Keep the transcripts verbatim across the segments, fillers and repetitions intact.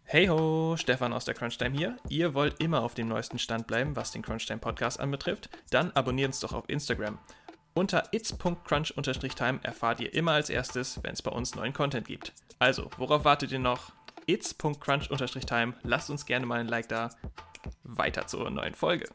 Hey ho, Stefan aus der Crunchtime hier. Ihr wollt immer auf dem neuesten Stand bleiben, was den Crunchtime Podcast anbetrifft? Dann abonniert uns doch auf Instagram. Unter its punkt crunch time erfahrt ihr immer als erstes, wenn es bei uns neuen Content gibt. Also, worauf wartet ihr noch? its punkt crunch time, lasst uns gerne mal ein Like da. Weiter zur neuen Folge.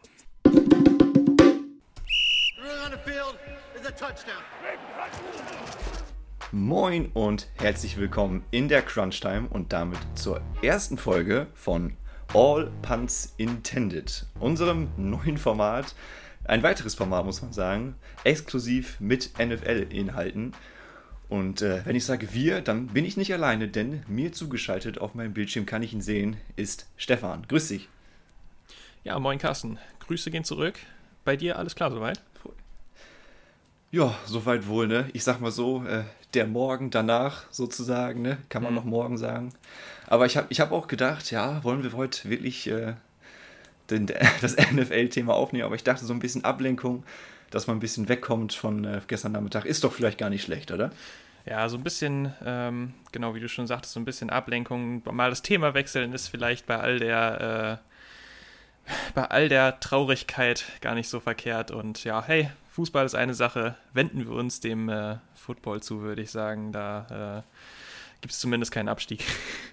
Moin und herzlich willkommen in der Crunchtime und damit zur ersten Folge von All Punts Intended, unserem neuen Format. Ein weiteres Format, muss man sagen, exklusiv mit N F L-Inhalten. Und äh, wenn ich sage wir, dann bin ich nicht alleine, denn mir zugeschaltet auf meinem Bildschirm, kann ich ihn sehen, ist Stefan. Grüß dich. Ja, moin Carsten. Grüße gehen zurück. Bei dir alles klar soweit? Ja, soweit wohl, ne? Ich sag mal so, äh, der Morgen danach sozusagen, ne? Kann man Mhm. noch morgen sagen. Aber ich habe ich hab auch gedacht, ja, wollen wir heute wirklich äh, den, das N F L-Thema aufnehmen, aber ich dachte, so ein bisschen Ablenkung, dass man ein bisschen wegkommt von äh, gestern Nachmittag, ist doch vielleicht gar nicht schlecht, oder? Ja, so ein bisschen, ähm, genau wie du schon sagtest, so ein bisschen Ablenkung. Mal das Thema wechseln ist vielleicht bei all der, äh, bei all der Traurigkeit gar nicht so verkehrt. Und ja, hey, Fußball ist eine Sache. Wenden wir uns dem äh, Football zu, würde ich sagen. Da äh, gibt es zumindest keinen Abstieg.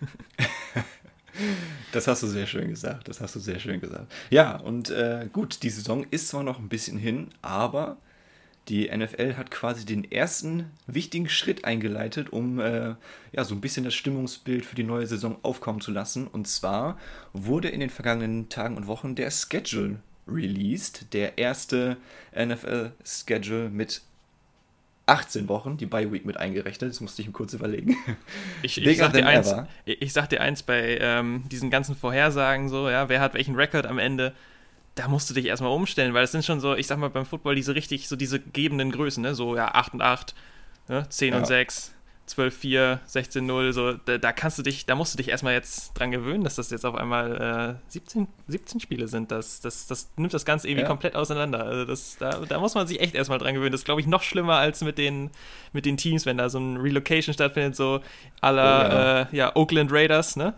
Das hast du sehr schön gesagt, das hast du sehr schön gesagt. Ja, und äh, gut, die Saison ist zwar noch ein bisschen hin, aber die N F L hat quasi den ersten wichtigen Schritt eingeleitet, um äh, ja, so ein bisschen das Stimmungsbild für die neue Saison aufkommen zu lassen. Und zwar wurde in den vergangenen Tagen und Wochen der Schedule released, der erste N F L-Schedule mit achtzehn Wochen, die Bye-Week mit eingerechnet, das musste ich mir kurz überlegen. Ich, ich, Bigger sag, dir than eins, ever. ich, ich sag dir eins, bei ähm, diesen ganzen Vorhersagen, so, ja, wer hat welchen Rekord am Ende, da musst du dich erstmal umstellen, weil es sind schon so, ich sag mal, beim Football diese richtig, so diese gegebenen Größen, ne, so, ja, acht und acht, ne, zehn Ja. und sechs, zwölf vier, sechzehn null, so, da, da kannst du dich, da musst du dich erstmal jetzt dran gewöhnen, dass das jetzt auf einmal äh, siebzehn, siebzehn Spiele sind, das, das, das nimmt das Ganze irgendwie Ja. komplett auseinander, also das, da, da muss man sich echt erstmal dran gewöhnen, das ist, glaube ich, noch schlimmer als mit den, mit den Teams, wenn da so ein Relocation stattfindet, so à la, Oh, ja. äh, ja, Oakland Raiders, ne?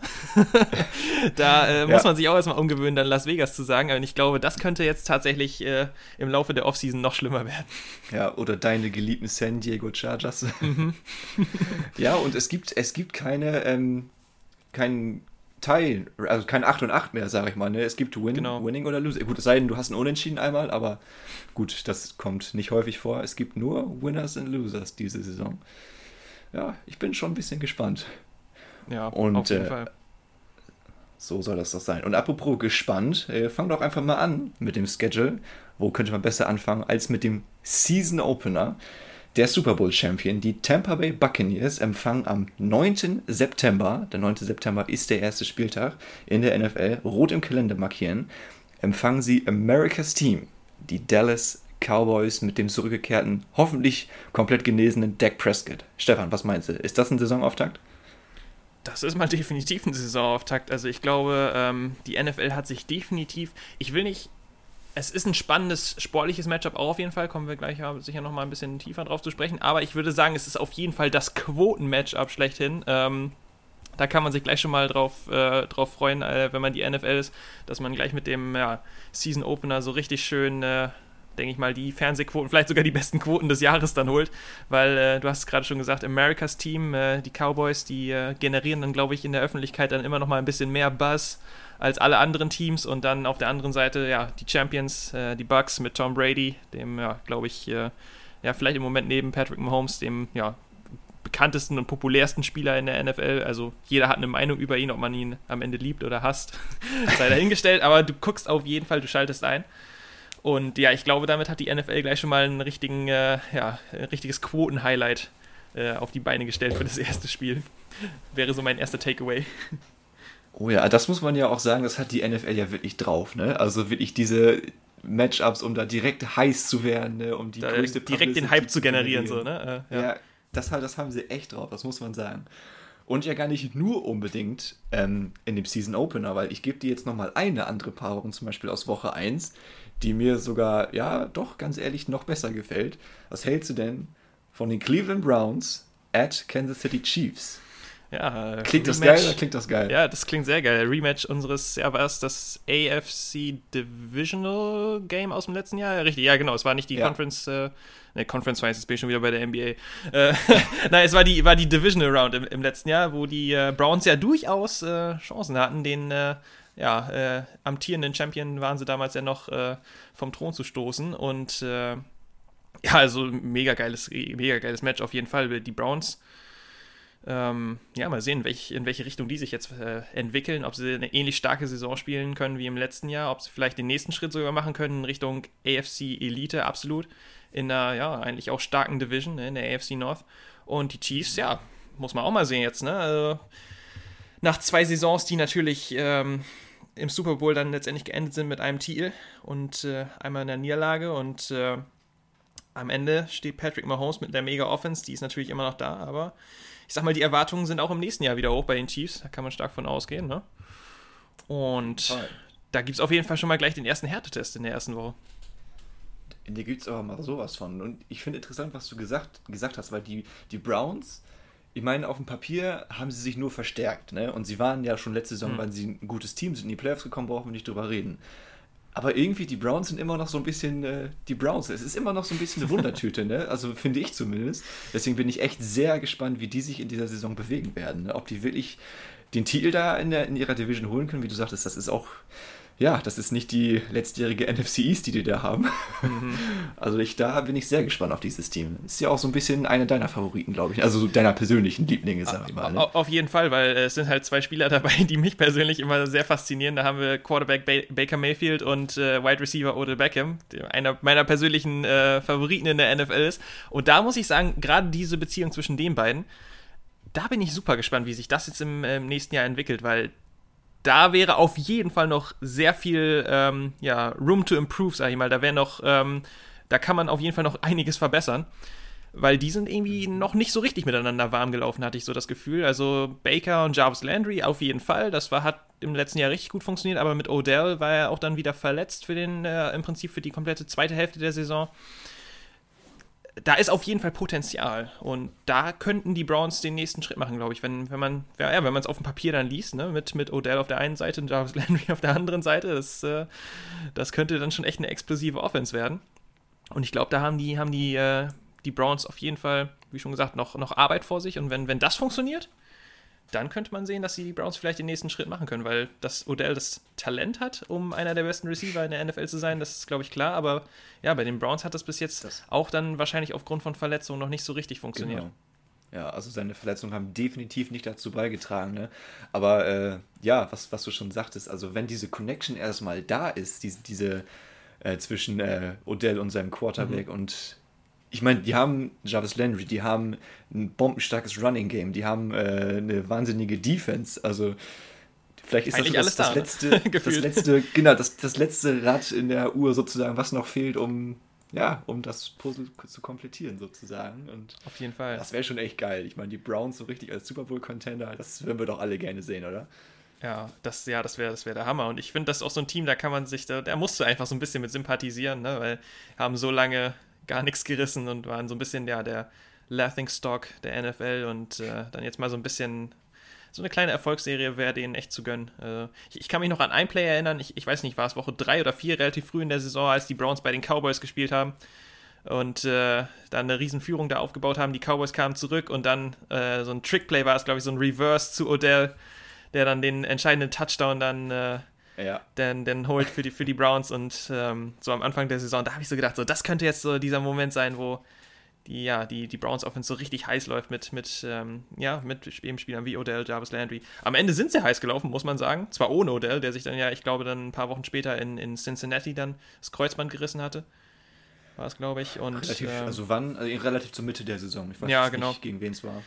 Da äh, muss Ja. man sich auch erstmal umgewöhnen, dann Las Vegas zu sagen. Aber ich glaube, das könnte jetzt tatsächlich äh, im Laufe der Offseason noch schlimmer werden. Ja, oder deine geliebten San Diego Chargers. Ja, und es gibt, es gibt keine, ähm, keinen Teil, also kein acht und acht mehr, sage ich mal. Ne? Es gibt Win, Genau. Winning oder Losing. Gut, es sei denn, du hast einen Unentschieden einmal, aber gut, das kommt nicht häufig vor. Es gibt nur Winners and Losers diese Saison. Ja, ich bin schon ein bisschen gespannt. Ja, Und, auf jeden äh, Fall. So soll das doch sein. Und apropos gespannt, äh, fang doch einfach mal an mit dem Schedule. Wo könnte man besser anfangen als mit dem Season Opener? Der Super Bowl Champion, die Tampa Bay Buccaneers, empfangen am neunten September, der neunte September ist der erste Spieltag in der N F L, rot im Kalender markieren, empfangen sie America's Team, die Dallas Cowboys mit dem zurückgekehrten, hoffentlich komplett genesenen Dak Prescott. Stefan, was meinst du? Ist das ein Saisonauftakt? Das ist mal definitiv ein Saisonauftakt. Also ich glaube, ähm, die N F L hat sich definitiv, ich will nicht, es ist ein spannendes sportliches Matchup auch auf jeden Fall, kommen wir gleich ja sicher noch mal ein bisschen tiefer drauf zu sprechen, aber ich würde sagen, es ist auf jeden Fall das Quoten-Matchup schlechthin. Ähm, da kann man sich gleich schon mal drauf, äh, drauf freuen, äh, wenn man die N F L ist, dass man gleich mit dem ja, Season Opener so richtig schön, äh, denke ich mal, die Fernsehquoten, vielleicht sogar die besten Quoten des Jahres dann holt, weil äh, du hast es gerade schon gesagt, America's Team, äh, die Cowboys, die äh, generieren dann, glaube ich, in der Öffentlichkeit dann immer noch mal ein bisschen mehr Buzz als alle anderen Teams und dann auf der anderen Seite, ja, die Champions, äh, die Bucks mit Tom Brady, dem, ja, glaube ich, äh, ja, vielleicht im Moment neben Patrick Mahomes, dem, ja, bekanntesten und populärsten Spieler in der N F L, also jeder hat eine Meinung über ihn, ob man ihn am Ende liebt oder hasst, sei dahingestellt, aber du guckst auf jeden Fall, du schaltest ein. Und ja, ich glaube, damit hat die N F L gleich schon mal einen richtigen, äh, ja, ein richtiges Quoten-Highlight äh, auf die Beine gestellt für das erste Spiel. Wäre so mein erster Takeaway. Oh ja, das muss man ja auch sagen, das hat die N F L ja wirklich drauf, ne? Also wirklich diese Matchups, um da direkt heiß zu werden, ne? Um die Da größte direkt den Publicity Hype zu generieren, so, ne? Äh, Ja, ja. das, das haben sie echt drauf, das muss man sagen. Und ja gar nicht nur unbedingt ähm, in dem Season Opener, weil ich gebe dir jetzt nochmal eine andere Paarung, zum Beispiel aus Woche eins, die mir sogar, ja, doch ganz ehrlich noch besser gefällt. Was hältst du denn von den Cleveland Browns at Kansas City Chiefs? Ja, klingt das Rematch. geil oder klingt das geil? Ja, das klingt sehr geil. Rematch unseres, ja, war es das A F C Divisional Game aus dem letzten Jahr? Ja, richtig, ja, genau. Es war nicht die ja. Conference, äh, ne, Conference Finals, jetzt bin ich schon wieder bei der N B A. Äh, Nein, es war die, war die Divisional Round im, im letzten Jahr, wo die äh, Browns ja durchaus äh, Chancen hatten, den äh, ja, äh, amtierenden Champion waren sie damals ja noch äh, vom Thron zu stoßen. Und äh, ja, also mega geiles, mega geiles Match auf jeden Fall. Die Browns. Ähm, ja, mal sehen, welch, in welche Richtung die sich jetzt äh, entwickeln, ob sie eine ähnlich starke Saison spielen können wie im letzten Jahr, ob sie vielleicht den nächsten Schritt sogar machen können in Richtung A F C Elite, absolut, in einer, ja, eigentlich auch starken Division, ne, in der A F C North. Und die Chiefs, ja, muss man auch mal sehen jetzt, ne, also, nach zwei Saisons, die natürlich ähm, im Super Bowl dann letztendlich geendet sind mit einem Titel und äh, einmal in der Niederlage und äh, am Ende steht Patrick Mahomes mit der Mega-Offense, die ist natürlich immer noch da, aber ich sag mal, die Erwartungen sind auch im nächsten Jahr wieder hoch bei den Chiefs. Da kann man stark von ausgehen, ne? Und Toll. Da gibt es auf jeden Fall schon mal gleich den ersten Härtetest in der ersten Woche. Da gibt es aber mal sowas von. Und ich finde interessant, was du gesagt, gesagt hast, weil die, die Browns, ich meine, auf dem Papier haben sie sich nur verstärkt, ne? Und sie waren ja schon letzte Saison, hm. weil sie ein gutes Team sind, in die Playoffs gekommen, brauchen wir nicht drüber reden. Aber irgendwie, die Browns sind immer noch so ein bisschen, äh, die Browns, es ist immer noch so ein bisschen eine Wundertüte, ne? Also finde ich zumindest. Deswegen bin ich echt sehr gespannt, wie die sich in dieser Saison bewegen werden, ne? Ob die wirklich den Titel da in, der, in ihrer Division holen können, wie du sagtest, das ist auch, ja, das ist nicht die letztjährige N F C East, die die da haben. Mhm. Also ich, da bin ich sehr gespannt auf dieses Team. Ist ja auch so ein bisschen einer deiner Favoriten, glaube ich. Also so deiner persönlichen Lieblinge, sag ich mal. Ne? Auf jeden Fall, weil es sind halt zwei Spieler dabei, die mich persönlich immer sehr faszinieren. Da haben wir Quarterback ba- Baker Mayfield und äh, Wide Receiver Odell Beckham, der einer meiner persönlichen äh, Favoriten in der N F L ist. Und da muss ich sagen, gerade diese Beziehung zwischen den beiden, da bin ich super gespannt, wie sich das jetzt im, im nächsten Jahr entwickelt, weil da wäre auf jeden Fall noch sehr viel ähm, ja, Room to improve, sag ich mal. Da wäre noch, ähm, da kann man auf jeden Fall noch einiges verbessern, weil die sind irgendwie noch nicht so richtig miteinander warm gelaufen, hatte ich so das Gefühl. Also Baker und Jarvis Landry auf jeden Fall, das war, hat im letzten Jahr richtig gut funktioniert, aber mit Odell war er auch dann wieder verletzt für den, äh, im Prinzip für die komplette zweite Hälfte der Saison. Da ist auf jeden Fall Potenzial und da könnten die Browns den nächsten Schritt machen, glaube ich, wenn, wenn man ja, wenn man es auf dem Papier dann liest, ne, mit, mit Odell auf der einen Seite und Jarvis Landry auf der anderen Seite, das, äh, das könnte dann schon echt eine explosive Offense werden. Und ich glaube, da haben die, haben die, äh, die Browns auf jeden Fall, wie schon gesagt, noch, noch Arbeit vor sich und wenn, wenn das funktioniert, dann könnte man sehen, dass die Browns vielleicht den nächsten Schritt machen können, weil das Odell das Talent hat, um einer der besten Receiver in der N F L zu sein, das ist, glaube ich, klar, aber ja, bei den Browns hat das bis jetzt das auch dann wahrscheinlich aufgrund von Verletzungen noch nicht so richtig funktioniert. Genau. Ja, also seine Verletzungen haben definitiv nicht dazu beigetragen, ne? Aber äh, ja, was, was du schon sagtest, also wenn diese Connection erstmal da ist, diese, diese äh, zwischen äh, Odell und seinem Quarterback mhm. und ich meine, die haben Jarvis Landry, die haben ein bombenstarkes Running Game, die haben äh, eine wahnsinnige Defense. Also vielleicht ist eigentlich das, so das, da, das, ne? letzte, das letzte, genau, das, das letzte Rad in der Uhr sozusagen, was noch fehlt, um ja, um das Puzzle zu komplettieren sozusagen. Und auf jeden Fall. Das wäre schon echt geil. Ich meine, die Browns so richtig als Super Bowl Contender, das würden wir doch alle gerne sehen, oder? Ja, das, ja, das wäre das wär der Hammer. Und ich finde, das ist auch so ein Team, da kann man sich, da, da musst du einfach so ein bisschen mit sympathisieren, ne? Weil wir haben so lange gar nichts gerissen und waren so ein bisschen ja, der Laughingstock der N F L und äh, dann jetzt mal so ein bisschen so eine kleine Erfolgsserie wäre denen echt zu gönnen. Äh, ich, ich kann mich noch an ein Play erinnern, ich, ich weiß nicht, war es Woche drei oder vier, relativ früh in der Saison, als die Browns bei den Cowboys gespielt haben und äh, dann eine Riesenführung da aufgebaut haben. Die Cowboys kamen zurück und dann äh, so ein Trickplay war es, glaube ich, so ein Reverse zu Odell, der dann den entscheidenden Touchdown dann äh, Ja. Dann, dann holt für die, für die Browns und ähm, so am Anfang der Saison, da habe ich so gedacht, so das könnte jetzt so dieser Moment sein, wo die, ja, die, die Browns Offense so richtig heiß läuft mit, mit, ähm, ja, mit Spielern wie Odell, Jarvis Landry. Am Ende sind sie heiß gelaufen, muss man sagen. Zwar ohne Odell, der sich dann ja, ich glaube, dann ein paar Wochen später in, in Cincinnati dann das Kreuzband gerissen hatte. War es, glaube ich. Und, relativ, ähm, also wann? Also relativ zur Mitte der Saison. Ich weiß ja, nicht, genau. gegen wen es war.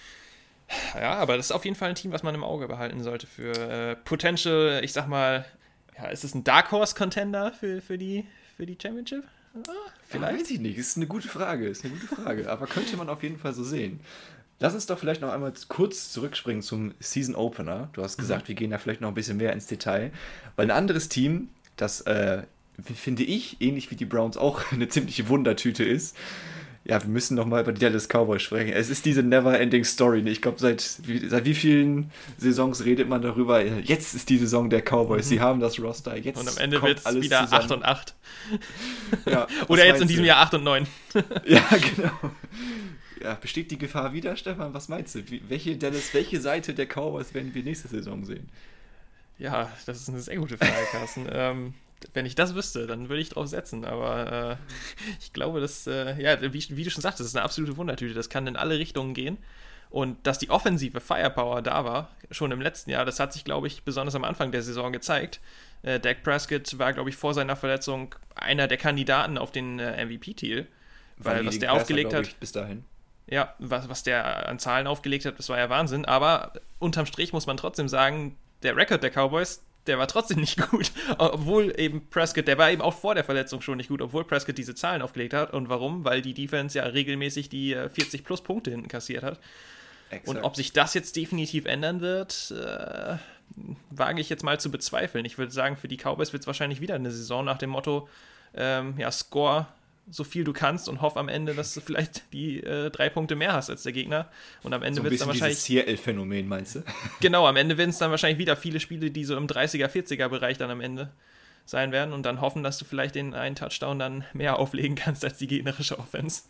Ja, aber das ist auf jeden Fall ein Team, was man im Auge behalten sollte für äh, Potential, ich sag mal, ja, ist es ein Dark Horse Contender für, für, die, für die Championship? Ah, vielleicht? Ja, weiß ich nicht, ist eine gute Frage, ist eine gute Frage, aber könnte man auf jeden Fall so sehen. Lass uns doch vielleicht noch einmal kurz zurückspringen zum Season Opener. Du hast gesagt, mhm. wir gehen da vielleicht noch ein bisschen mehr ins Detail, weil ein anderes Team, das, äh, finde ich, ähnlich wie die Browns auch eine ziemliche Wundertüte ist, Ja, wir müssen nochmal über die Dallas Cowboys sprechen. Es ist diese never-ending Story. Ich glaube, seit, wie- seit wie vielen Saisons redet man darüber? Jetzt ist die Saison der Cowboys. Mhm. Sie haben das Roster. Jetzt Und am Ende kommt wird es alles wieder zusammen. acht und acht. Ja, was Oder jetzt in meinst diesem du? Jahr acht und neun. Ja, genau. Ja, besteht die Gefahr wieder, Stefan? Was meinst du? Wie, welche Dallas, welche Seite der Cowboys werden wir nächste Saison sehen? Ja, das ist eine sehr gute Frage, Carsten. ähm, wenn ich das wüsste, dann würde ich drauf setzen. Aber äh, ich glaube, dass, äh, ja, wie, wie du schon sagtest, das ist eine absolute Wundertüte. Das kann in alle Richtungen gehen. Und dass die offensive Firepower da war, schon im letzten Jahr, das hat sich, glaube ich, besonders am Anfang der Saison gezeigt. Äh, Dak Prescott war, glaube ich, vor seiner Verletzung einer der Kandidaten auf den äh, M V P-Titel. Weil was der aufgelegt hat, ich, bis dahin. ja, was, was der an Zahlen aufgelegt hat, das war ja Wahnsinn. Aber unterm Strich muss man trotzdem sagen, der Rekord der Cowboys, der war trotzdem nicht gut. Obwohl eben Prescott, der war eben auch vor der Verletzung schon nicht gut, obwohl Prescott diese Zahlen aufgelegt hat. Und warum? Weil die Defense ja regelmäßig die äh, vierzig plus Punkte hinten kassiert hat. Exakt. Und ob sich das jetzt definitiv ändern wird, äh, wage ich jetzt mal zu bezweifeln. Ich würde sagen, für die Cowboys wird es wahrscheinlich wieder eine Saison nach dem Motto, ähm, ja, score so viel du kannst und hoff am Ende, dass du vielleicht die äh, drei Punkte mehr hast als der Gegner. Und am Ende so ein wird es bisschen dann wahrscheinlich. dieses Seattle-Phänomen, meinst du? Genau, am Ende werden es dann wahrscheinlich wieder viele Spiele, die so im dreißiger, vierziger Bereich dann am Ende sein werden und dann hoffen, dass du vielleicht den einen Touchdown dann mehr auflegen kannst als die gegnerische Offense.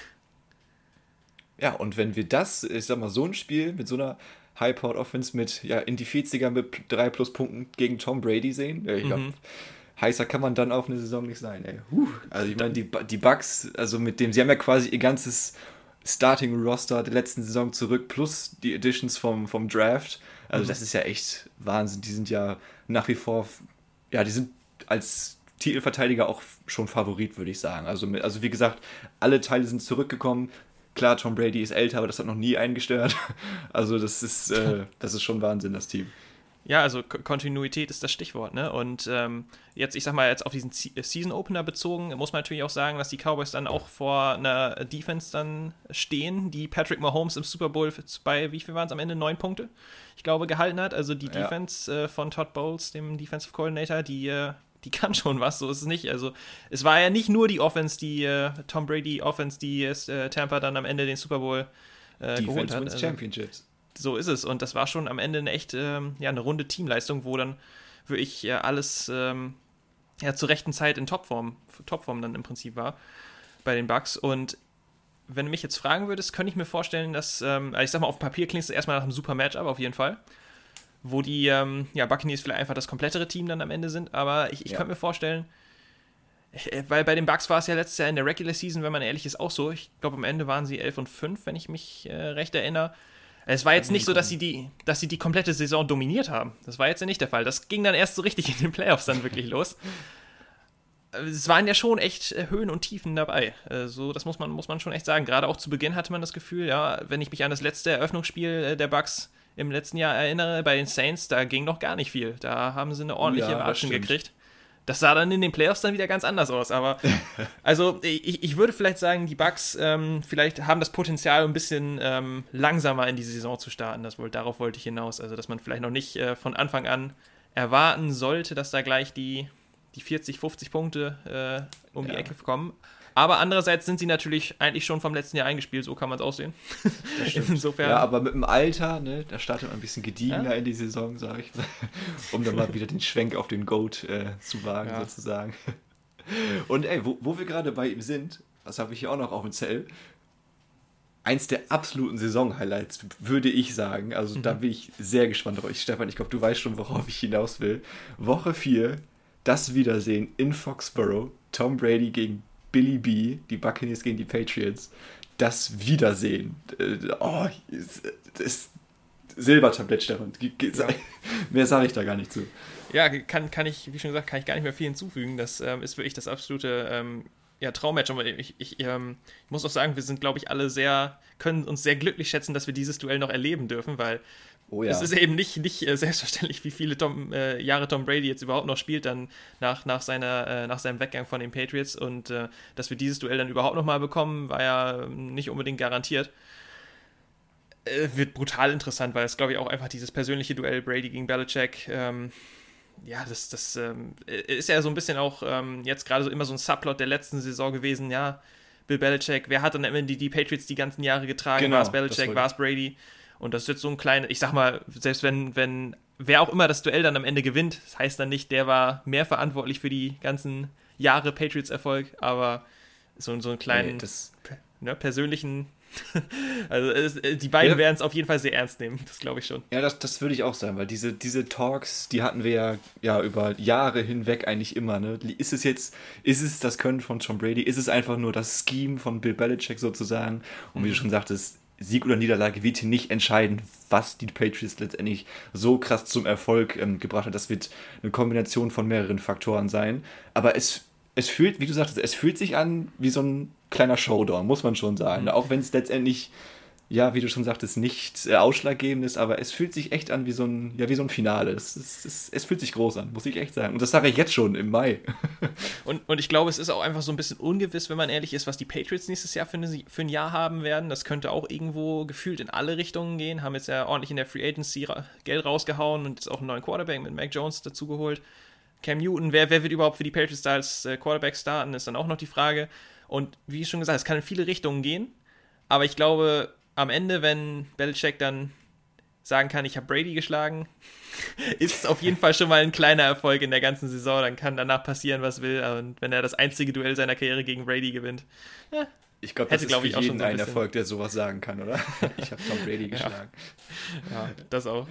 Ja, und wenn wir das, ich sag mal, so ein Spiel mit so einer High-Powered-Offense mit, ja, in die vierziger mit drei Pluspunkten gegen Tom Brady sehen, ja, ich glaube, Mhm. heißer kann man dann auf eine Saison nicht sein, ey. Huh. Also ich meine, die, die Bucks, also mit dem, sie haben ja quasi ihr ganzes Starting-Roster der letzten Saison zurück, plus die Additions vom, vom Draft. Also Mhm. das ist ja echt Wahnsinn. Die sind ja nach wie vor, ja, die sind als Titelverteidiger auch schon Favorit, würde ich sagen. Also, mit, also wie gesagt, alle Teile sind zurückgekommen. Klar, Tom Brady ist älter, aber das hat noch nie einen gestört. Also das ist, äh, das ist schon Wahnsinn, das Team. Ja, also Ko- Kontinuität ist das Stichwort, ne? Und ähm, jetzt, ich sag mal, jetzt auf diesen Se- Season-Opener bezogen, muss man natürlich auch sagen, dass die Cowboys dann auch vor einer Defense dann stehen, die Patrick Mahomes im Super Bowl bei, wie viel waren es am Ende? Neun Punkte, ich glaube, gehalten hat. Also die Ja. Defense äh, von Todd Bowles, dem Defensive Coordinator, die, äh, die kann schon was, so ist es nicht. Also es war ja nicht nur die Offense, die äh, Tom Brady Offense, die äh, Tampa dann am Ende den Super Bowl äh, geholt Defense hat. wins Also, Championships. so ist es. Und das war schon am Ende eine echt, ähm, ja, eine runde Teamleistung, wo dann wirklich ja, alles ähm, ja, zur rechten Zeit in Topform, Topform dann im Prinzip war bei den Bucks. Und wenn du mich jetzt fragen würdest, könnte ich mir vorstellen, dass, ähm, also ich sag mal, auf dem Papier klingt es erstmal nach einem super Matchup auf jeden Fall, wo die ähm, ja, Buccaneers vielleicht einfach das komplettere Team dann am Ende sind. Aber ich, ich Ja. könnte mir vorstellen, äh, weil bei den Bucks war es ja letztes Jahr in der Regular Season, wenn man ehrlich ist, auch so. Ich glaube, am Ende waren sie elf und fünf, wenn ich mich äh, recht erinnere. Es war jetzt nicht so, dass sie, die, dass sie die komplette Saison dominiert haben. Das war jetzt ja nicht der Fall. Das ging dann erst so richtig in den Playoffs dann wirklich los. Es waren ja schon echt Höhen und Tiefen dabei. So, das muss man, muss man schon echt sagen. Gerade auch zu Beginn hatte man das Gefühl, ja, wenn ich mich an das letzte Eröffnungsspiel der Bucks im letzten Jahr erinnere, bei den Saints, da ging noch gar nicht viel. Da haben sie eine ordentliche Ja, das Watschen stimmt. gekriegt. Das sah dann in den Playoffs dann wieder ganz anders aus. Aber also ich, ich würde vielleicht sagen, die Bucks ähm, vielleicht haben das Potenzial, ein bisschen ähm, langsamer in die Saison zu starten. Das, wollt- darauf wollte ich hinaus. Also dass man vielleicht noch nicht äh, von Anfang an erwarten sollte, dass da gleich die, die vierzig, fünfzig Punkte äh, um die Ja. Ecke kommen. Aber andererseits sind sie natürlich eigentlich schon vom letzten Jahr eingespielt, so kann man es auch sehen. Insofern. Ja, aber mit dem Alter, ne, da startet man ein bisschen gediegener Ja. in die Saison, sag ich mal, um dann mal wieder den Schwenk auf den Goat äh, zu wagen, Ja. sozusagen. Und ey, wo, wo wir gerade bei ihm sind, was habe ich hier auch noch auf dem Zettel? Eins der absoluten Saison-Highlights, würde ich sagen. Also da bin ich sehr gespannt drauf. Ich, Stefan, ich glaube, du weißt schon, worauf ich hinaus will. Woche vier, das Wiedersehen in Foxborough. Tom Brady gegen Billy B, die Buccaneers gegen die Patriots. Das Wiedersehen. Äh, Oh, das ist Silbertablett, Stefan. Ge- ge- Ja. Mehr sage ich da gar nicht zu. Ja, kann, kann ich, wie schon gesagt, kann ich gar nicht mehr viel hinzufügen. Das ähm, ist wirklich das absolute ähm, ja, Traummatch. Aber ich, ich, ähm, ich muss auch sagen, wir sind, glaube ich, alle sehr, können uns sehr glücklich schätzen, dass wir dieses Duell noch erleben dürfen, weil Oh ja. es ist eben nicht, nicht äh, selbstverständlich, wie viele Tom, äh, Jahre Tom Brady jetzt überhaupt noch spielt, dann nach, nach, seiner, äh, nach seinem Weggang von den Patriots. Und äh, dass wir dieses Duell dann überhaupt noch mal bekommen, war ja ähm, nicht unbedingt garantiert. Äh, wird brutal interessant, weil es, glaube ich, auch einfach dieses persönliche Duell Brady gegen Belichick, ähm, ja, das, das ähm, ist ja so ein bisschen auch ähm, jetzt gerade so immer so ein Subplot der letzten Saison gewesen, ja, Bill Belichick, wer hat dann am Ende die, die Patriots die ganzen Jahre getragen? Genau, war es Belichick, war es Brady? Und das ist jetzt so ein kleines, ich sag mal, selbst wenn, wenn wer auch immer das Duell dann am Ende gewinnt, das heißt dann nicht, der war mehr verantwortlich für die ganzen Jahre Patriots-Erfolg, aber so, so einen kleinen, nee, das ne, persönlichen, also es, die beiden ja. werden es auf jeden Fall sehr ernst nehmen, das glaube ich schon. Ja, das, das würde ich auch sagen, weil diese, diese Talks, die hatten wir ja, ja über Jahre hinweg eigentlich immer, ne? Ist es jetzt, ist es das Können von Tom Brady, ist es einfach nur das Scheme von Bill Belichick sozusagen? Und wie du schon sagtest, Sieg oder Niederlage wird hier nicht entscheiden, was die Patriots letztendlich so krass zum Erfolg ähm, gebracht hat. Das wird eine Kombination von mehreren Faktoren sein. Aber es, es fühlt, wie du sagtest, es fühlt sich an wie so ein kleiner Showdown, muss man schon sagen. Mhm. Auch wenn es letztendlich, ja, wie du schon sagtest, nicht äh, ausschlaggebend ist, aber es fühlt sich echt an wie so ein, ja, wie so ein Finale. Es, es, es, es fühlt sich groß an, muss ich echt sagen. Und das sage ich jetzt schon im Mai. und, und ich glaube, es ist auch einfach so ein bisschen ungewiss, wenn man ehrlich ist, was die Patriots nächstes Jahr für, eine, für ein Jahr haben werden. Das könnte auch irgendwo gefühlt in alle Richtungen gehen. Haben jetzt ja ordentlich in der Free Agency ra- Geld rausgehauen und jetzt auch einen neuen Quarterback mit Mac Jones dazu geholt. Cam Newton, wer, wer wird überhaupt für die Patriots da als äh, Quarterback starten, ist dann auch noch die Frage. Und wie schon gesagt, es kann in viele Richtungen gehen. Aber ich glaube, am Ende, wenn Belichick dann sagen kann, ich habe Brady geschlagen, ist es auf jeden Fall schon mal ein kleiner Erfolg in der ganzen Saison. Dann kann danach passieren, was will. Und wenn er das einzige Duell seiner Karriere gegen Brady gewinnt, ja, ich glaube, das hätte, ist glaub für ich, auch jeden schon so ein ein bisschen Erfolg, der sowas sagen kann, oder? Ich habe Tom Brady geschlagen. Ja, ja, das auch.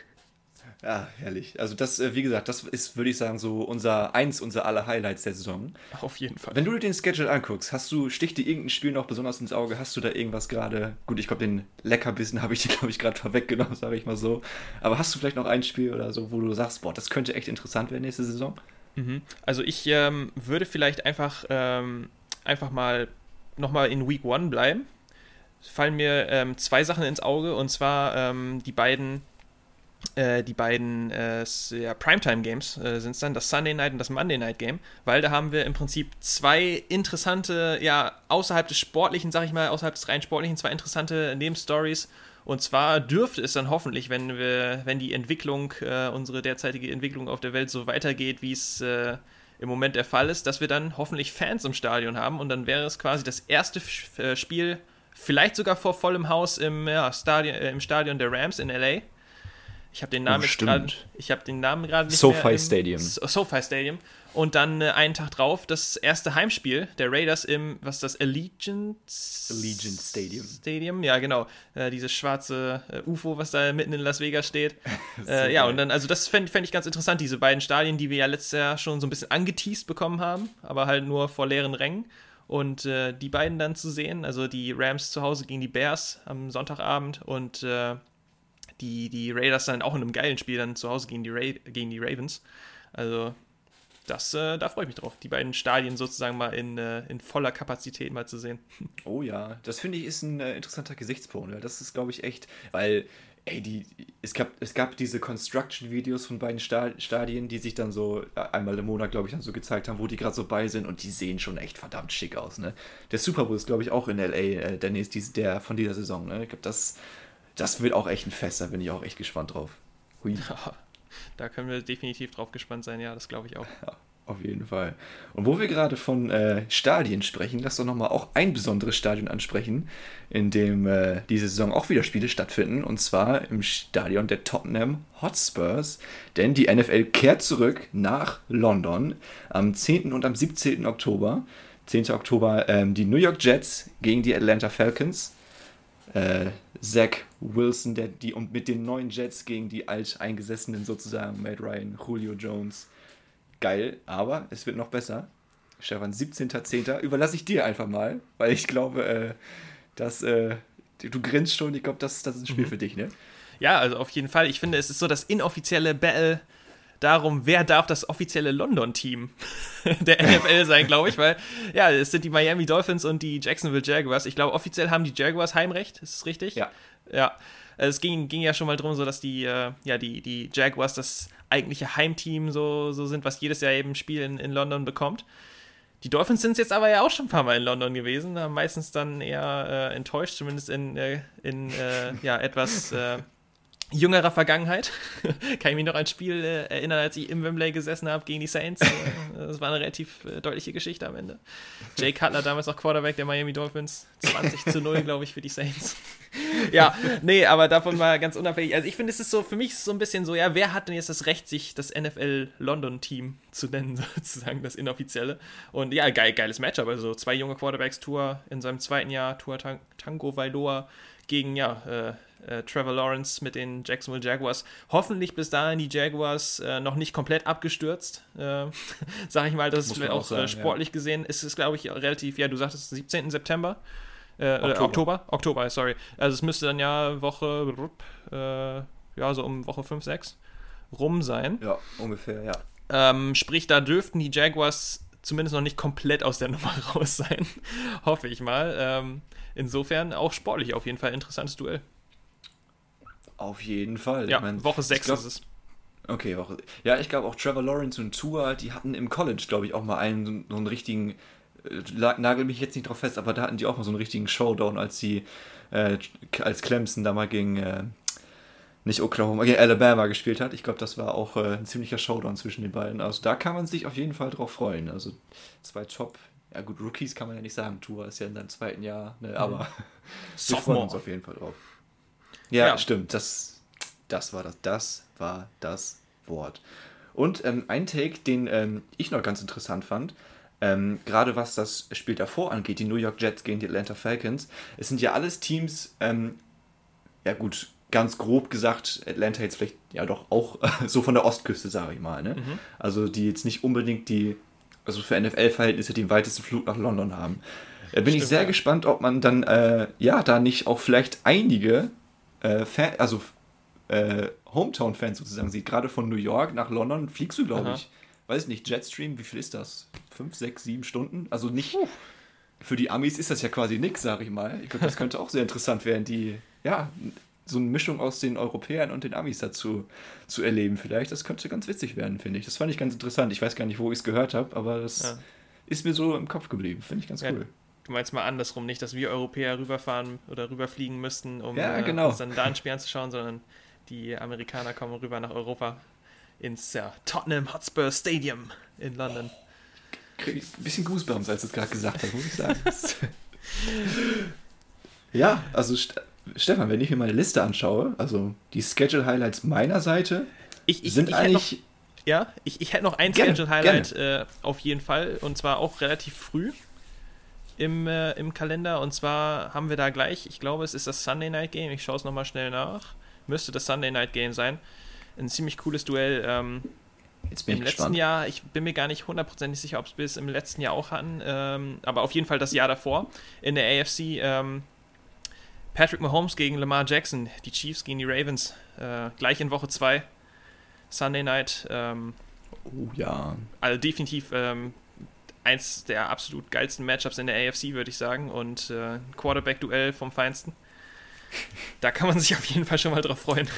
Ja, herrlich. Also das, wie gesagt, das ist, würde ich sagen, so unser eins unserer aller Highlights der Saison. Auf jeden Fall. Wenn du dir den Schedule anguckst, hast du, sticht dir irgendein Spiel noch besonders ins Auge? Hast du da irgendwas gerade? Gut, ich glaube, den Leckerbissen habe ich dir, glaube ich, gerade vorweggenommen, sage ich mal so. Aber hast du vielleicht noch ein Spiel oder so, wo du sagst, boah, das könnte echt interessant werden nächste Saison? Mhm. Also ich ähm, würde vielleicht einfach, ähm, einfach mal nochmal in Week One bleiben. Es fallen mir ähm, zwei Sachen ins Auge, und zwar ähm, die beiden Äh, die beiden äh, ja, Primetime-Games äh, sind es dann, das Sunday Night und das Monday Night Game, weil da haben wir im Prinzip zwei interessante, ja, außerhalb des Sportlichen, sag ich mal, außerhalb des rein Sportlichen, zwei interessante Nebenstories. Und zwar dürfte es dann hoffentlich, wenn wir, wenn die Entwicklung, äh, unsere derzeitige Entwicklung auf der Welt so weitergeht, wie es äh, im Moment der Fall ist, dass wir dann hoffentlich Fans im Stadion haben, und dann wäre es quasi das erste F- äh, Spiel, vielleicht sogar vor vollem Haus im, ja, Stadion, äh, im Stadion der Rams in L A. Ich habe den Namen oh, jetzt gerade, ich habe den Namen gerade nicht SoFi mehr. Stadium. So- SoFi Stadium. Und dann äh, einen Tag drauf das erste Heimspiel der Raiders im, was ist das, Allegiant Allegiant Stadium. Stadium, ja genau, äh, dieses schwarze äh, U F O, was da mitten in Las Vegas steht. äh, ja, und dann, also das fände fänd ich ganz interessant, diese beiden Stadien, die wir ja letztes Jahr schon so ein bisschen angeteased bekommen haben, aber halt nur vor leeren Rängen. Und äh, die beiden dann zu sehen, also die Rams zu Hause gegen die Bears am Sonntagabend und äh, Die, die Raiders dann auch in einem geilen Spiel dann zu Hause gegen die, Ra- gegen die Ravens. Also das, äh, da freue ich mich drauf, die beiden Stadien sozusagen mal in, äh, in voller Kapazität mal zu sehen. Oh ja, das finde ich ist ein äh, interessanter Gesichtspunkt. Ja. Das ist, glaube ich, echt, weil, ey, die, es gab, es gab diese Construction-Videos von beiden Sta- Stadien, die sich dann so äh, einmal im Monat, glaube ich, dann so gezeigt haben, wo die gerade so bei sind, und die sehen schon echt verdammt schick aus. Ne? Der Super Bowl ist, glaube ich, auch in L A, äh, der, nächste, der von dieser Saison. Ne? Ich glaube, das Das wird auch echt ein Fest, da bin ich auch echt gespannt drauf. Hui. Ja, da können wir definitiv drauf gespannt sein, ja, das glaube ich auch. Ja, auf jeden Fall. Und wo wir gerade von äh, Stadien sprechen, lass doch nochmal auch ein besonderes Stadion ansprechen, in dem äh, diese Saison auch wieder Spiele stattfinden, und zwar im Stadion der Tottenham Hotspurs, denn die N F L kehrt zurück nach London am zehnten und am siebzehnten Oktober. zehnten Oktober ähm, die New York Jets gegen die Atlanta Falcons. Äh, Zach Wilson, der die und mit den neuen Jets gegen die alteingesessenen sozusagen, Matt Ryan, Julio Jones. Geil, aber es wird noch besser. Stefan, siebzehnten zehnten überlasse ich dir einfach mal, weil ich glaube, äh, dass äh, du grinst schon, ich glaube, das, das ist ein Spiel mhm. für dich, ne? Ja, also auf jeden Fall. Ich finde, es ist so das inoffizielle Battle darum, wer darf das offizielle London-Team der N F L sein, glaube ich, weil, ja, es sind die Miami Dolphins und die Jacksonville Jaguars. Ich glaube, offiziell haben die Jaguars Heimrecht, ist das richtig? Ja. Ja, es ging, ging ja schon mal drum, so dass die, äh, ja, die, die Jaguars das eigentliche Heimteam so, so sind, was jedes Jahr eben ein Spiel in, in London bekommt. Die Dolphins sind jetzt aber ja auch schon ein paar Mal in London gewesen, haben meistens dann eher äh, enttäuscht, zumindest in, äh, in äh, ja, etwas... Äh, jüngerer Vergangenheit kann ich mich noch an ein Spiel äh, erinnern, als ich im Wembley gesessen habe gegen die Saints. Das war eine relativ äh, deutliche Geschichte am Ende. Jay Cutler, damals noch Quarterback der Miami Dolphins, zwanzig zu null, glaube ich, für die Saints. Ja, nee, aber davon mal ganz unabhängig. Also ich finde, es ist so, für mich ist es so ein bisschen so, ja, wer hat denn jetzt das Recht, sich das N F L-London-Team zu nennen, sozusagen, das Inoffizielle. Und ja, geil, geiles Matchup. Also zwei junge Quarterbacks, Tua in seinem zweiten Jahr, Tua Tang- Tango Vailoa gegen, ja, äh, äh, Trevor Lawrence mit den Jacksonville Jaguars. Hoffentlich bis dahin die Jaguars äh, noch nicht komplett abgestürzt. Äh, sag ich mal, das ist vielleicht auch, auch sagen, äh, sportlich ja. gesehen. Ist es, glaube ich, relativ, ja, du sagtest siebzehnten September. Äh, Oktober. Oktober? Oktober, sorry. Also es müsste dann ja Woche, äh, ja, so um Woche fünf, sechs rum sein. Ja, ungefähr, ja. Ähm, sprich, da dürften die Jaguars zumindest noch nicht komplett aus der Nummer raus sein. Hoffe ich mal. Ähm, insofern auch sportlich auf jeden Fall ein interessantes Duell. Auf jeden Fall. Ja, ich mein, Woche sechs glaub, ist es. Okay, Woche. Ja, ich glaube auch Trevor Lawrence und Tua, die hatten im College, glaube ich, auch mal einen so einen richtigen, äh, nagel mich jetzt nicht drauf fest, aber da hatten die auch mal so einen richtigen Showdown, als sie äh, als Clemson da mal gegen äh, nicht Oklahoma, gegen Alabama gespielt hat. Ich glaube, das war auch äh, ein ziemlicher Showdown zwischen den beiden. Also da kann man sich auf jeden Fall drauf freuen. Also zwei Top, ja gut, Rookies kann man ja nicht sagen. Tua ist ja in seinem zweiten Jahr, ne, aber wir freuen uns auf jeden Fall drauf. Ja, ja, stimmt. Das, das war das. Das war das Wort. Und ähm, ein Take, den ähm, ich noch ganz interessant fand, ähm, gerade was das Spiel davor angeht, die New York Jets gegen die Atlanta Falcons. Es sind ja alles Teams, ähm, ja gut, ganz grob gesagt, Atlanta jetzt vielleicht ja doch auch so von der Ostküste, sage ich mal. Ne? Mhm. Also die jetzt nicht unbedingt die, also für N F L-Verhältnisse den weitesten Flug nach London haben. Da bin Stimmt, ich sehr ja. gespannt, ob man dann äh, ja da nicht auch vielleicht einige Äh, Fan, also äh, Hometown-Fans sozusagen sieht. Gerade von New York nach London fliegst du, glaube ich, weiß nicht, Jetstream, wie viel ist das? Fünf, sechs, sieben Stunden? Also nicht, uh. für die Amis ist das ja quasi nix, sag ich mal. Ich glaube, das könnte auch sehr interessant werden, die, ja, so eine Mischung aus den Europäern und den Amis dazu zu erleben vielleicht. Das könnte ganz witzig werden, finde ich. Das fand ich ganz interessant. Ich weiß gar nicht, wo ich es gehört habe, aber das ja. ist mir so im Kopf geblieben. Finde ich ganz ja. cool. Du meinst mal andersrum, nicht, dass wir Europäer rüberfahren oder rüberfliegen müssten, um ja, äh, genau. uns dann da ein Spiel anzuschauen, sondern die Amerikaner kommen rüber nach Europa ins ja, Tottenham Hotspur Stadium in London. Krieg ich ein bisschen Goosebumps, als du es gerade gesagt hast, muss ich sagen. Ja, also St- Stefan, wenn ich mir meine Liste anschaue, also die Schedule-Highlights meiner Seite ich, ich, sind ich eigentlich... Noch, ja, ich, ich hätte noch ein Schedule-Highlight äh, auf jeden Fall, und zwar auch relativ früh im, äh, im Kalender, und zwar haben wir da gleich, ich glaube, es ist das Sunday Night Game, ich schaue es nochmal schnell nach, müsste das Sunday Night Game sein, ein ziemlich cooles Duell. ähm, Jetzt bin Im ich letzten gespannt. Jahr, ich bin mir gar nicht hundertprozentig sicher, ob es bis im letzten Jahr auch hatten, ähm, aber auf jeden Fall das Jahr davor in der A F C, ähm, Patrick Mahomes gegen Lamar Jackson, die Chiefs gegen die Ravens, äh, gleich in Woche zwei, Sunday Night. Ähm, oh ja. Also definitiv ähm, eins der absolut geilsten Matchups in der A F C, würde ich sagen, und äh, ein Quarterback-Duell vom Feinsten. Da kann man sich auf jeden Fall schon mal drauf freuen.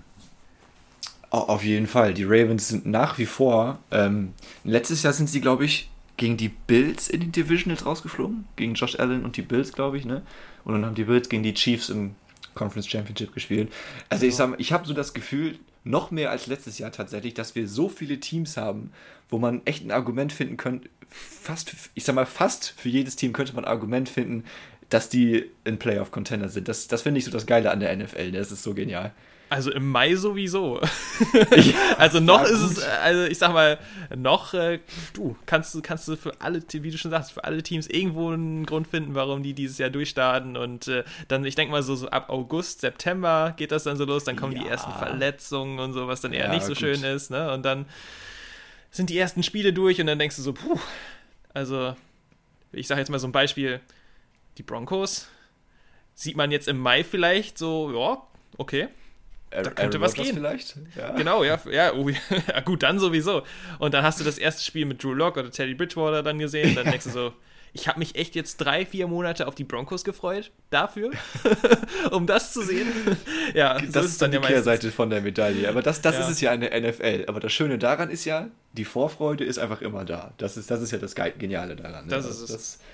Auf jeden Fall. Die Ravens sind nach wie vor, ähm, letztes Jahr sind sie, glaube ich, gegen die Bills in den Divisionals rausgeflogen. Gegen Josh Allen und die Bills, glaube ich, ne? Und dann haben die Bills gegen die Chiefs im Conference Championship gespielt. Also ich sag mal, ich habe so das Gefühl, noch mehr als letztes Jahr tatsächlich, dass wir so viele Teams haben, wo man echt ein Argument finden könnte, fast, ich sag mal, fast für jedes Team könnte man ein Argument finden, dass die ein Playoff-Contender sind. Das, das finde ich so das Geile an der N F L. Das ist so genial. Also im Mai sowieso. Ja, also noch ja, ist es, also ich sag mal, noch, äh, du, kannst du, kannst du für alle, wie du schon sagst, für alle Teams irgendwo einen Grund finden, warum die dieses Jahr durchstarten, und äh, dann, ich denke mal so, so ab August, September geht das dann so los, dann kommen ja. die ersten Verletzungen und so, was dann eher ja, nicht so gut. schön ist, ne, und dann sind die ersten Spiele durch und dann denkst du so, puh, also ich sag jetzt mal so ein Beispiel, die Broncos sieht man jetzt im Mai vielleicht so, ja, okay, da könnte was gehen. Vielleicht? Ja. Genau, ja, ja, oh, ja, gut, dann sowieso. Und dann hast du das erste Spiel mit Drew Lock oder Teddy Bridgewater dann gesehen, und dann denkst du so, ich habe mich echt jetzt drei, vier Monate auf die Broncos gefreut, dafür, um das zu sehen. Ja, so das ist ist dann, dann die ja Kehrseite von der Medaille. Aber das, das ja. ist es ja in der N F L. Aber das Schöne daran ist ja, die Vorfreude ist einfach immer da. Das ist, das ist ja das Geniale daran. Das ne? ist es. Das,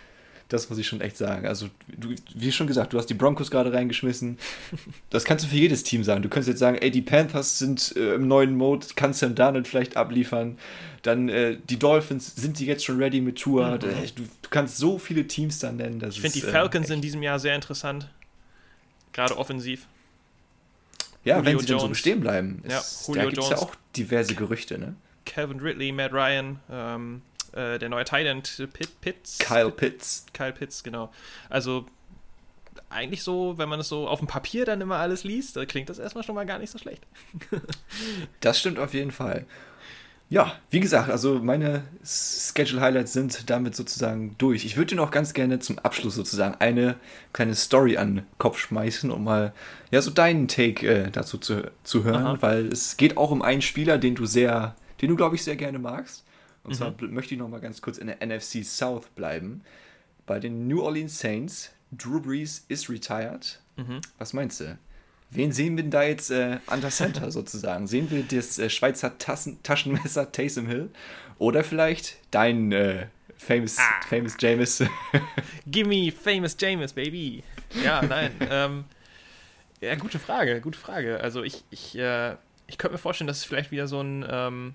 Das muss ich schon echt sagen. Also, du, wie schon gesagt, du hast die Broncos gerade reingeschmissen. Das kannst du für jedes Team sagen. Du könntest jetzt sagen, ey, die Panthers sind äh, im neuen Mode, kann Sam Darnold vielleicht abliefern. Dann äh, die Dolphins, sind die jetzt schon ready mit Tua? Mhm. Du, du kannst so viele Teams da nennen. Das ich finde die äh, Falcons in diesem Jahr sehr interessant. Gerade offensiv. Ja, Julio wenn sie Jones. dann so bestehen bleiben. Ja, Es, Julio da gibt es Jones. ja auch diverse Gerüchte, ne? Calvin Ridley, Matt Ryan, ähm, äh, der neue Tight End Pitt, Pitts. Kyle Pitts. Kyle Pitts, genau. Also eigentlich so, wenn man es so auf dem Papier dann immer alles liest, da klingt das erstmal schon mal gar nicht so schlecht. Das stimmt auf jeden Fall. Ja, wie gesagt, also meine Schedule-Highlights sind damit sozusagen durch. Ich würde dir noch ganz gerne zum Abschluss sozusagen eine kleine Story an den Kopf schmeißen, um mal ja so deinen Take äh, dazu zu, zu hören, Aha. weil es geht auch um einen Spieler, den du sehr, den du glaube ich sehr gerne magst. Und mhm. zwar möchte ich noch mal ganz kurz in der N F C South bleiben. Bei den New Orleans Saints, Drew Brees ist retired. Mhm. Was meinst du? Wen sehen wir denn da jetzt äh, an der Center sozusagen? Sehen wir das äh, Schweizer Tassen, Taschenmesser Taysom Hill? Oder vielleicht dein äh, famous, ah. famous Jameis? Gimme famous Jameis, baby. Ja, nein. ähm, ja, gute Frage, gute Frage. Also ich, ich, äh, ich könnte mir vorstellen, dass es vielleicht wieder so ein, ähm,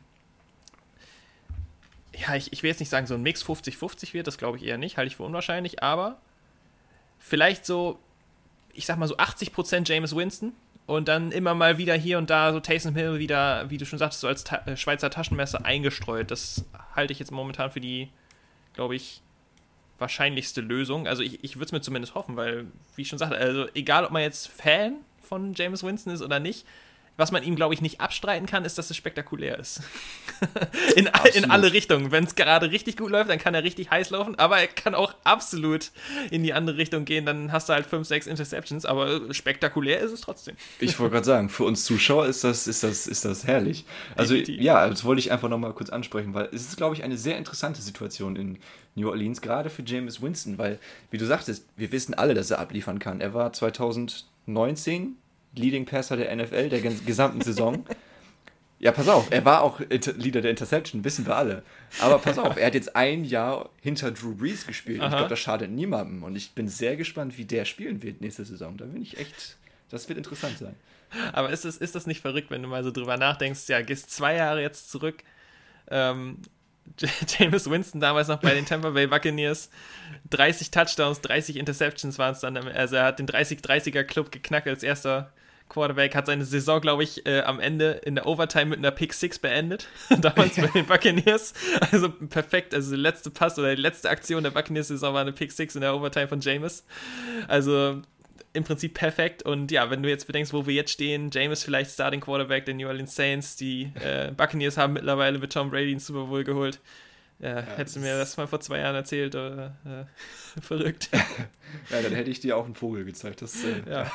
ja, ich, ich will jetzt nicht sagen, so ein Mix fünfzig fünfzig wird, das glaube ich eher nicht, halte ich für unwahrscheinlich, aber vielleicht so, ich sag mal so achtzig Prozent Jameis Winston und dann immer mal wieder hier und da so Taysom Hill wieder, wie du schon sagtest, so als Ta- äh, Schweizer Taschenmesser eingestreut. Das halte ich jetzt momentan für die, glaube ich, wahrscheinlichste Lösung. Also ich, ich würde es mir zumindest hoffen, weil, wie ich schon sagte, also egal, ob man jetzt Fan von Jameis Winston ist oder nicht, was man ihm, glaube ich, nicht abstreiten kann, ist, dass es spektakulär ist. in, in alle Richtungen. Wenn es gerade richtig gut läuft, dann kann er richtig heiß laufen, aber er kann auch absolut in die andere Richtung gehen, dann hast du halt fünf, sechs Interceptions, aber spektakulär ist es trotzdem. Ich wollte gerade sagen, für uns Zuschauer ist das, ist das, ist das herrlich. Also Definitiv. Ja, das wollte ich einfach nochmal kurz ansprechen, weil es ist, glaube ich, eine sehr interessante Situation in New Orleans, gerade für Jameis Winston, weil, wie du sagtest, wir wissen alle, dass er abliefern kann. Er war zwanzig neunzehn Leading Passer der N F L der gesamten Saison. Ja, pass auf, er war auch Inter- Leader der Interception, wissen wir alle. Aber pass auf, er hat jetzt ein Jahr hinter Drew Brees gespielt. Aha. Ich glaube, das schadet niemandem. Und ich bin sehr gespannt, wie der spielen wird nächste Saison. Da bin ich echt, das wird interessant sein. Aber ist das, ist das nicht verrückt, wenn du mal so drüber nachdenkst, ja, gehst zwei Jahre jetzt zurück, ähm, Jameis Winston damals noch bei den Tampa Bay Buccaneers, dreißig Touchdowns, dreißig Interceptions waren es dann, also er hat den dreißig-dreißiger-Club geknackt als erster Quarterback, hat seine Saison, glaube ich, äh, am Ende in der Overtime mit einer Pick Six beendet, damals bei den Buccaneers, also perfekt, also der letzte Pass oder die letzte Aktion der Buccaneers-Saison war eine Pick Six in der Overtime von Jameis, also im Prinzip perfekt und ja, wenn du jetzt bedenkst, wo wir jetzt stehen, Jameis vielleicht Starting Quarterback der New Orleans Saints, die äh, Buccaneers haben mittlerweile mit Tom Brady einen Super Bowl geholt. Äh, ja, hättest du mir das mal vor zwei Jahren erzählt, oder äh, verrückt. Ja, dann hätte ich dir auch einen Vogel gezeigt. Das, äh, ja.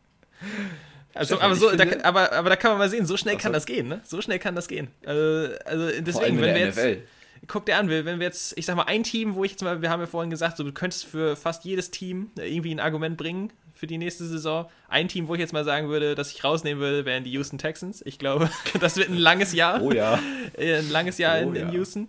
Also, aber, so, finde, da, aber, aber da kann man mal sehen, so schnell kann das gehen, ne? So schnell kann das gehen. Also, also deswegen, wenn wir jetzt... N F L. Guck dir an, wenn wir jetzt, ich sag mal, ein Team, wo ich jetzt mal, wir haben ja vorhin gesagt, so, du könntest für fast jedes Team irgendwie ein Argument bringen für die nächste Saison. Ein Team, wo ich jetzt mal sagen würde, dass ich rausnehmen würde, wären die Houston Texans. Ich glaube, das wird ein langes Jahr. Oh ja. Ein langes Jahr oh in, in ja. Houston.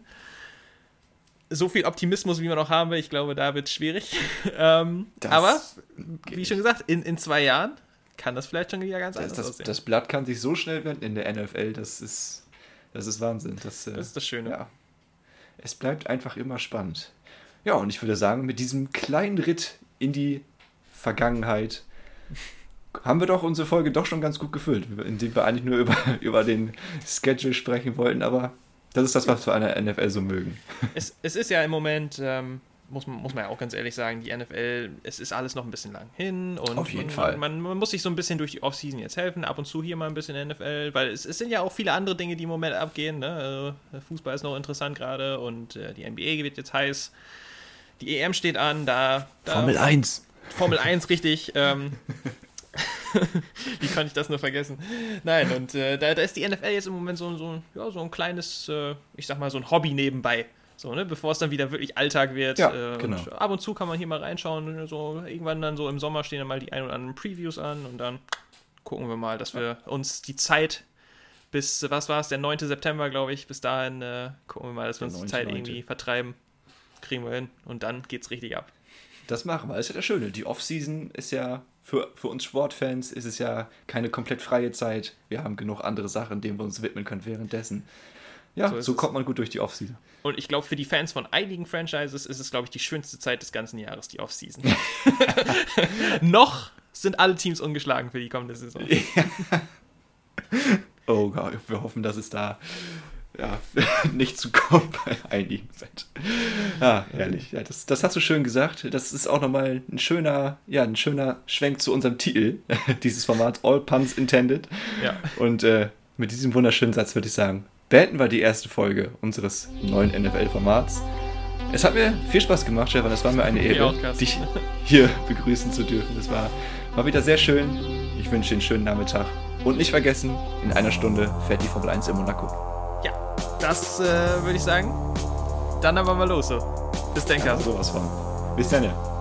So viel Optimismus, wie man noch haben will, ich glaube, da wird es schwierig. ähm, aber, wie schon gesagt, in, in zwei Jahren kann das vielleicht schon wieder ganz das, anders das, aussehen. Das Blatt kann sich so schnell wenden in der N F L, das ist, das ist Wahnsinn. Das, das ist das Schöne. Ja. Es bleibt einfach immer spannend. Ja, und ich würde sagen, mit diesem kleinen Ritt in die Vergangenheit haben wir doch unsere Folge doch schon ganz gut gefüllt, indem wir eigentlich nur über, über den Schedule sprechen wollten, aber das ist das, was wir an der N F L so mögen. Es, es ist ja im Moment, ähm, muss, man, muss man ja auch ganz ehrlich sagen, die N F L, es ist alles noch ein bisschen lang hin und auf jeden man, Fall. Man, man muss sich so ein bisschen durch die Offseason jetzt helfen, ab und zu hier mal ein bisschen N F L, weil es, es sind ja auch viele andere Dinge, die im Moment abgehen, ne? Also, Fußball ist noch interessant gerade und äh, die N B A wird jetzt heiß, die E M steht an, da... da Formel eins. Formel eins, richtig, ähm... Wie konnte ich das nur vergessen? Nein, und äh, da, da ist die N F L jetzt im Moment so, so, ja, so ein kleines, äh, ich sag mal, so ein Hobby nebenbei. So, ne, bevor es dann wieder wirklich Alltag wird. Ja, äh, genau. Und ab und zu kann man hier mal reinschauen. So, irgendwann dann so im Sommer stehen dann mal die ein oder anderen Previews an und dann gucken wir mal, dass wir uns die Zeit bis, was war es, der neunten September, glaube ich, bis dahin äh, gucken wir mal, dass wir uns die Zeit irgendwie vertreiben. Kriegen wir hin und dann geht's richtig ab. Das machen wir. Das ist ja das Schöne. Die Offseason ist ja, für, für uns Sportfans ist es ja keine komplett freie Zeit. Wir haben genug andere Sachen, denen wir uns widmen können währenddessen. Ja, so, so kommt man gut durch die Offseason. Und ich glaube, für die Fans von einigen Franchises ist es, glaube ich, die schönste Zeit des ganzen Jahres, die Offseason. Noch sind alle Teams ungeschlagen für die kommende Saison. Ja. Oh Gott, wir hoffen, dass es da ja, nicht zu kommt bei einigen wird. Ah, herrlich. Ja, das, das hast du schön gesagt. Das ist auch nochmal ein schöner, ja, ein schöner Schwenk zu unserem Titel dieses Format, All Puns Intended. Ja. Und äh, mit diesem wunderschönen Satz würde ich sagen, beenden wir die erste Folge unseres neuen N F L-Formats. Es hat mir viel Spaß gemacht, Stefan. Es war mir eine Ehre, dich hier begrüßen zu dürfen. Es war, war wieder sehr schön. Ich wünsche dir einen schönen Nachmittag. Und nicht vergessen, in einer Stunde fährt die Formel eins in Monaco. Ja, das äh, würde ich sagen. Dann aber mal los so. Bis dann, ja, sowas von. Bis dann.